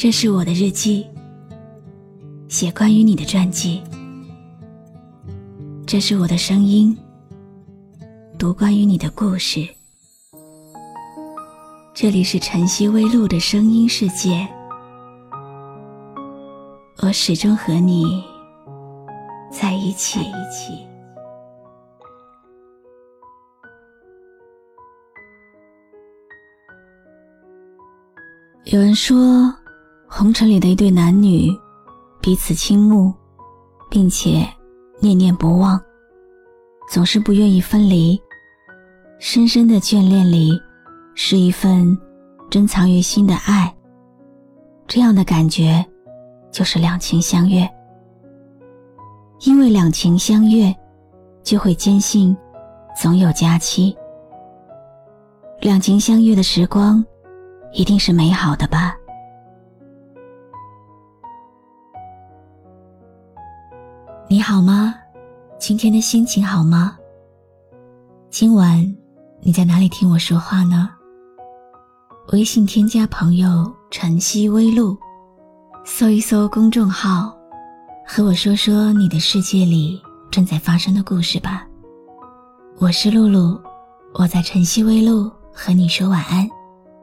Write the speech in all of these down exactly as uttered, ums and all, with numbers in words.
这是我的日记，写关于你的传记。这是我的声音，读关于你的故事。这里是晨曦微露的声音世界，我始终和你在一起。有人说，红尘里的一对男女彼此倾慕，并且念念不忘，总是不愿意分离。深深的眷恋里是一份珍藏于心的爱，这样的感觉就是两情相悦。因为两情相悦，就会坚信总有佳期。两情相悦的时光一定是美好的吧。你好吗？今天的心情好吗？今晚你在哪里听我说话呢？微信添加朋友晨曦微露，搜一搜公众号，和我说说你的世界里正在发生的故事吧。我是露露，我在晨曦微露和你说晚安。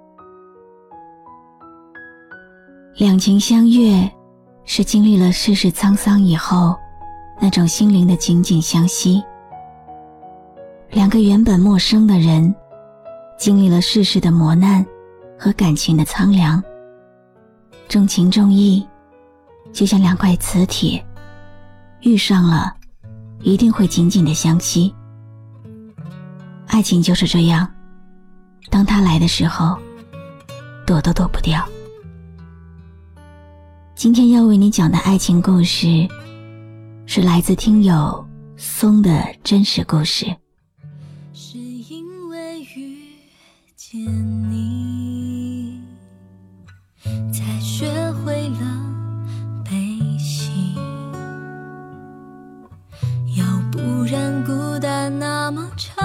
两情相悦，是经历了世事沧桑以后那种心灵的紧紧相惜。两个原本陌生的人，经历了世事的磨难和感情的苍凉，重情重义，就像两块磁铁，遇上了一定会紧紧的相惜。爱情就是这样，当它来的时候，躲都躲不掉。今天要为你讲的爱情故事，是来自听友松的真实故事。 是因为遇见你，才学会了悲喜，要不然孤单那么长，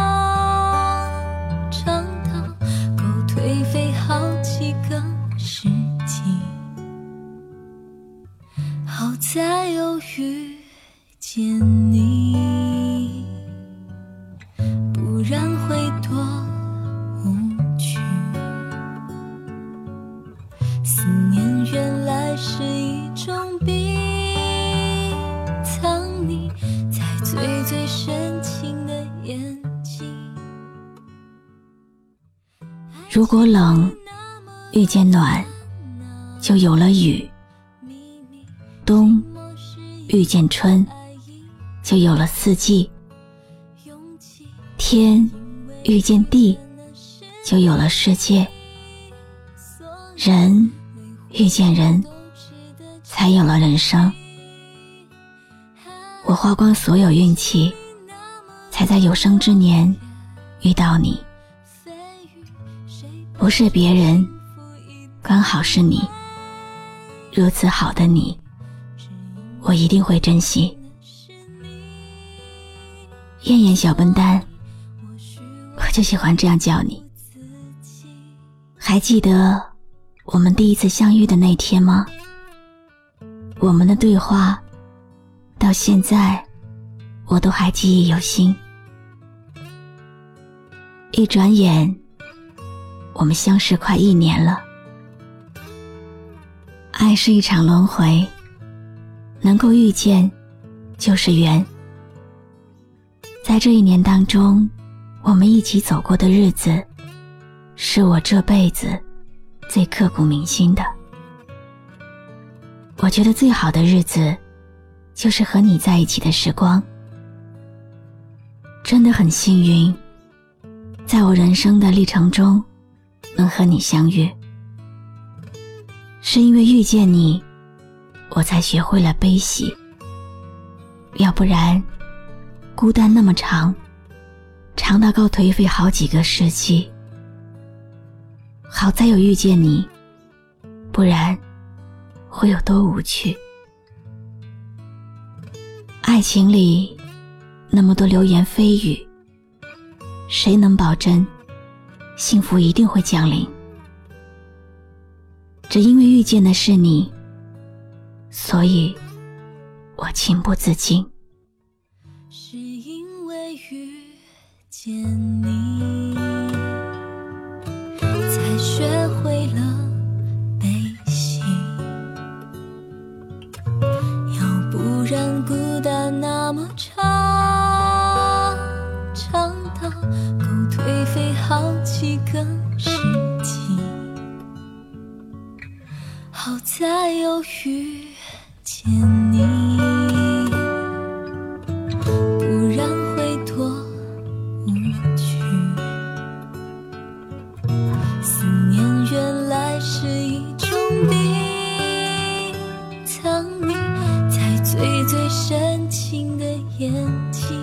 长到够颓废好几个世纪。好在有遇见你，不然会多无趣。思念原来是一种逼，藏你在最最深情的眼睛。 如果冷遇见暖，就有了雨。冬遇见春，就有了四季。天遇见地，就有了世界。人遇见人，才有了人生。我花光所有运气，才在有生之年遇到你。不是别人，刚好是你。如此好的你，我一定会珍惜。燕燕小笨蛋，我就喜欢这样叫你。还记得我们第一次相遇的那天吗？我们的对话到现在我都还记忆犹新。一转眼我们相识快一年了。爱是一场轮回，能够遇见就是缘。在这一年当中，我们一起走过的日子，是我这辈子最刻骨铭心的。我觉得最好的日子，就是和你在一起的时光。真的很幸运，在我人生的历程中，能和你相遇。是因为遇见你，我才学会了悲喜。要不然孤单那么长，长到够颓废好几个世纪。好在有遇见你，不然会有多无趣。爱情里那么多流言蜚语，谁能保证幸福一定会降临？ 只因为遇见的是你，所以我情不自禁。 是因为遇见你，才学会了悲喜，要不然孤单那么长，长到够颓废好几个世纪。好在有遇见你，不然会多无趣。思念原来是一种病，藏匿在最最深情的眼睛。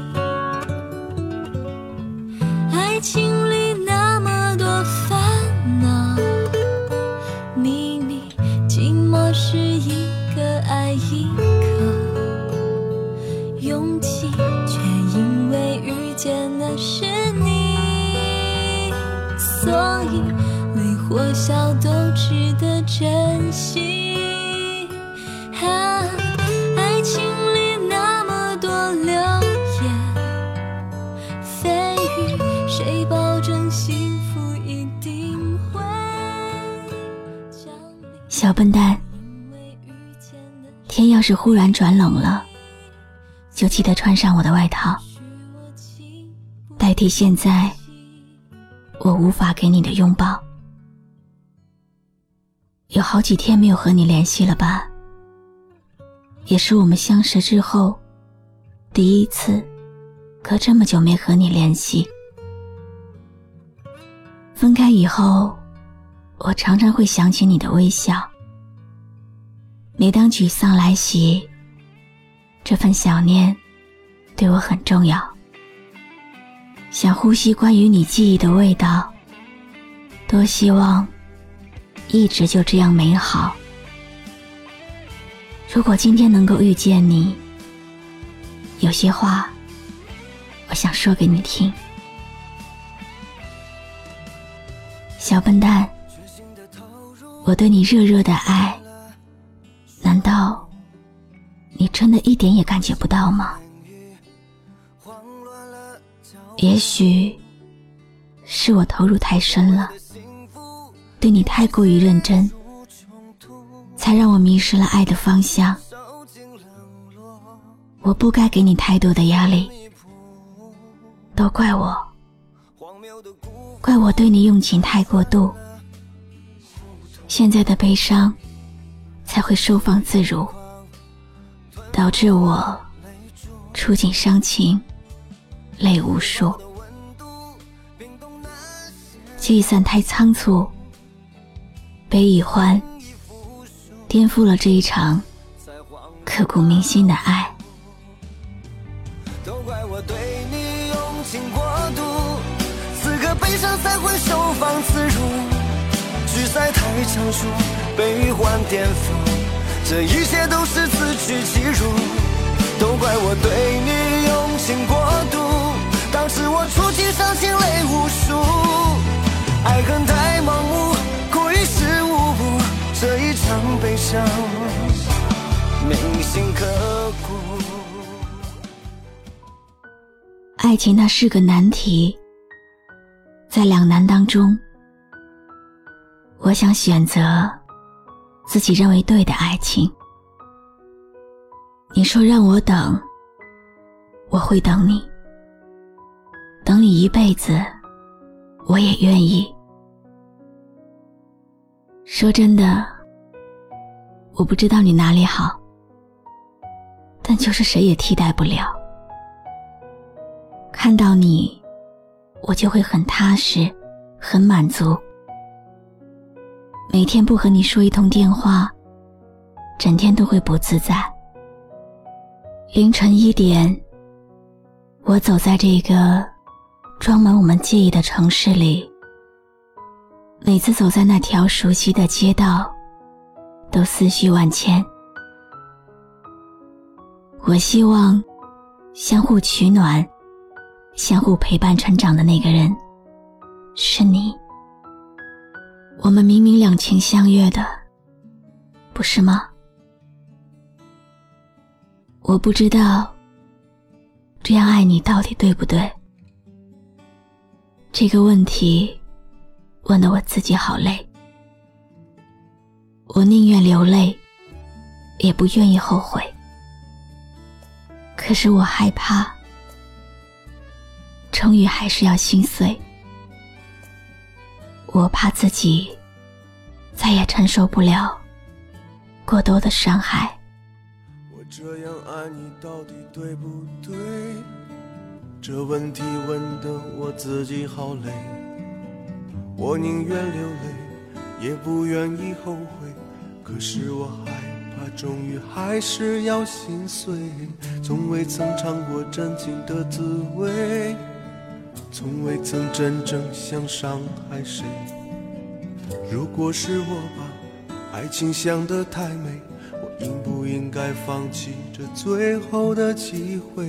爱情里那么多烦恼秘密，寂寞是一个爱一个勇气，却因为遇见的是你，所以泪或笑都值得珍惜。啊，爱情里那么多流言蜚语，谁保证幸福一定会降临？ 小笨蛋，天要是忽然转冷了，就记得穿上我的外套，代替现在我无法给你的拥抱。有好几天没有和你联系了吧，也是我们相识之后第一次隔这么久没和你联系。分开以后，我常常会想起你的微笑，每当沮丧来袭，这份想念对我很重要。想呼吸关于你记忆的味道，多希望一直就这样美好。如果今天能够遇见你，有些话我想说给你听。小笨蛋，我对你热热的爱，难道你真的一点也感觉不到吗？也许是我投入太深了，对你太过于认真，才让我迷失了爱的方向。我不该给你太多的压力，都怪我，怪我对你用情太过度，现在的悲伤才会收放自如，导致我触景伤情，泪无数。聚散太仓促，悲与欢颠覆了这一场刻骨铭心的爱。 都怪我对你用情过度，此刻悲伤才会收放自如，聚散太仓促，悲欢颠覆，这一切都是自取其辱。都怪我对你用情过度，导致我触景伤情泪无数，爱恨太盲目，过于事无补，这一场悲伤铭心刻骨。 爱情它是个难题，在两难当中，我想选择自己认为对的爱情。你说让我等，我会等你，等你一辈子，我也愿意。说真的，我不知道你哪里好，但就是谁也替代不了。看到你，我就会很踏实，很满足。每天不和你说一通电话，整天都会不自在。凌晨一点，我走在这个装满我们记忆的城市里，每次走在那条熟悉的街道，都思绪万千。我希望相互取暖，相互陪伴成长的那个人是你。我们明明两情相悦的， 不是吗？我不知道这样爱你到底对不对？这个问题问得我自己好累。我宁愿流泪，也不愿意后悔。可是我害怕，终于还是要心碎。我怕自己再也承受不了过多的伤害。 我这样爱你到底对不对？这问题问得我自己好累。我宁愿流泪，也不愿意后悔。可是我害怕，终于还是要心碎。从未曾尝过真情的滋味，从未曾真正想伤害谁。如果是我把爱情想得太美，我应不应该放弃这最后的机会？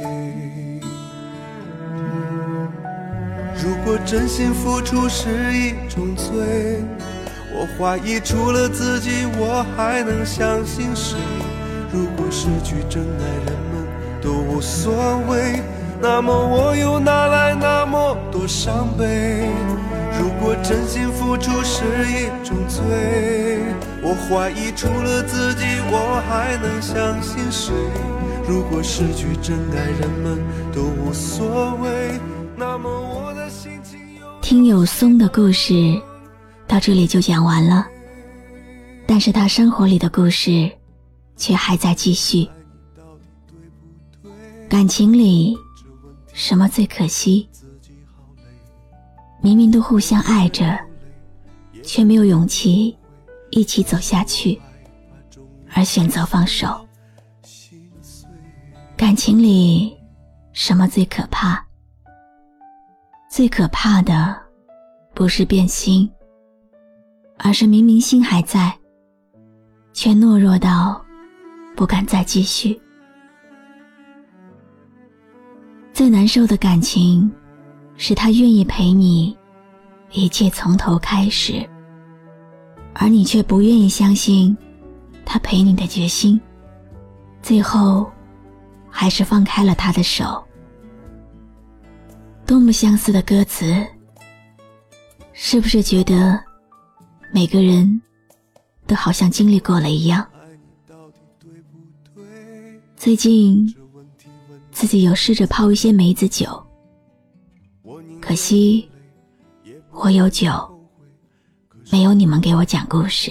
如果真心付出是一种罪，我怀疑除了自己我还能相信谁？如果失去真爱人们都无所谓，那么我又哪来那么多伤悲？如果真心付出是一种罪，我怀疑除了自己我还能相信谁？如果失去真爱人们都无所谓，那么我的心情又…… 听友松的故事到这里就讲完了，但是他生活里的故事却还在继续。感情里什么最可惜？明明都互相爱着，却没有勇气一起走下去，而选择放手。感情里什么最可怕？最可怕的不是变心，而是明明心还在，却懦弱到不敢再继续。最难受的感情是他愿意陪你一切从头开始，而你却不愿意相信他陪你的决心，最后还是放开了他的手。多么相似的歌词，是不是觉得每个人都好像经历过了一样？最近自己有试着泡一些梅子酒，可惜我有酒，没有你们给我讲故事。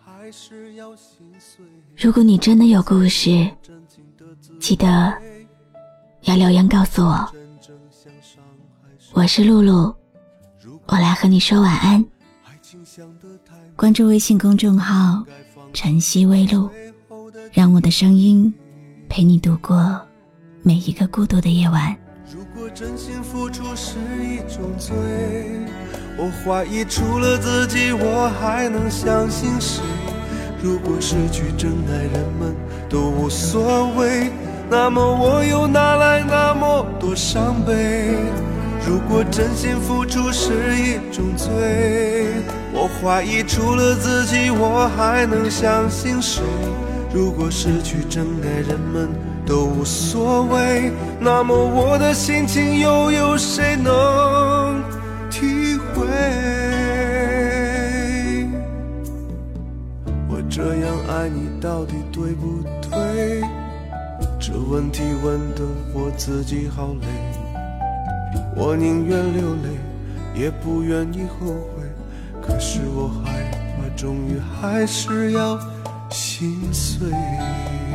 如果你真的有故事，记得要留言告诉我。我是露露，我来和你说晚安。关注微信公众号晨曦微露，让我的声音陪你度过每一个孤独的夜晚。 如果真心付出是一种罪，我怀疑除了自己我还能相信谁？如果失去真爱人们都无所谓，那么我又哪来那么多伤悲？如果真心付出是一种罪，我怀疑除了自己我还能相信谁？如果失去真爱人们都无所谓，那么我的心情又有谁能体会？我这样爱你到底对不对？这问题问得我自己好累。我宁愿流泪，也不愿意后悔，可是我害怕，终于还是要心碎。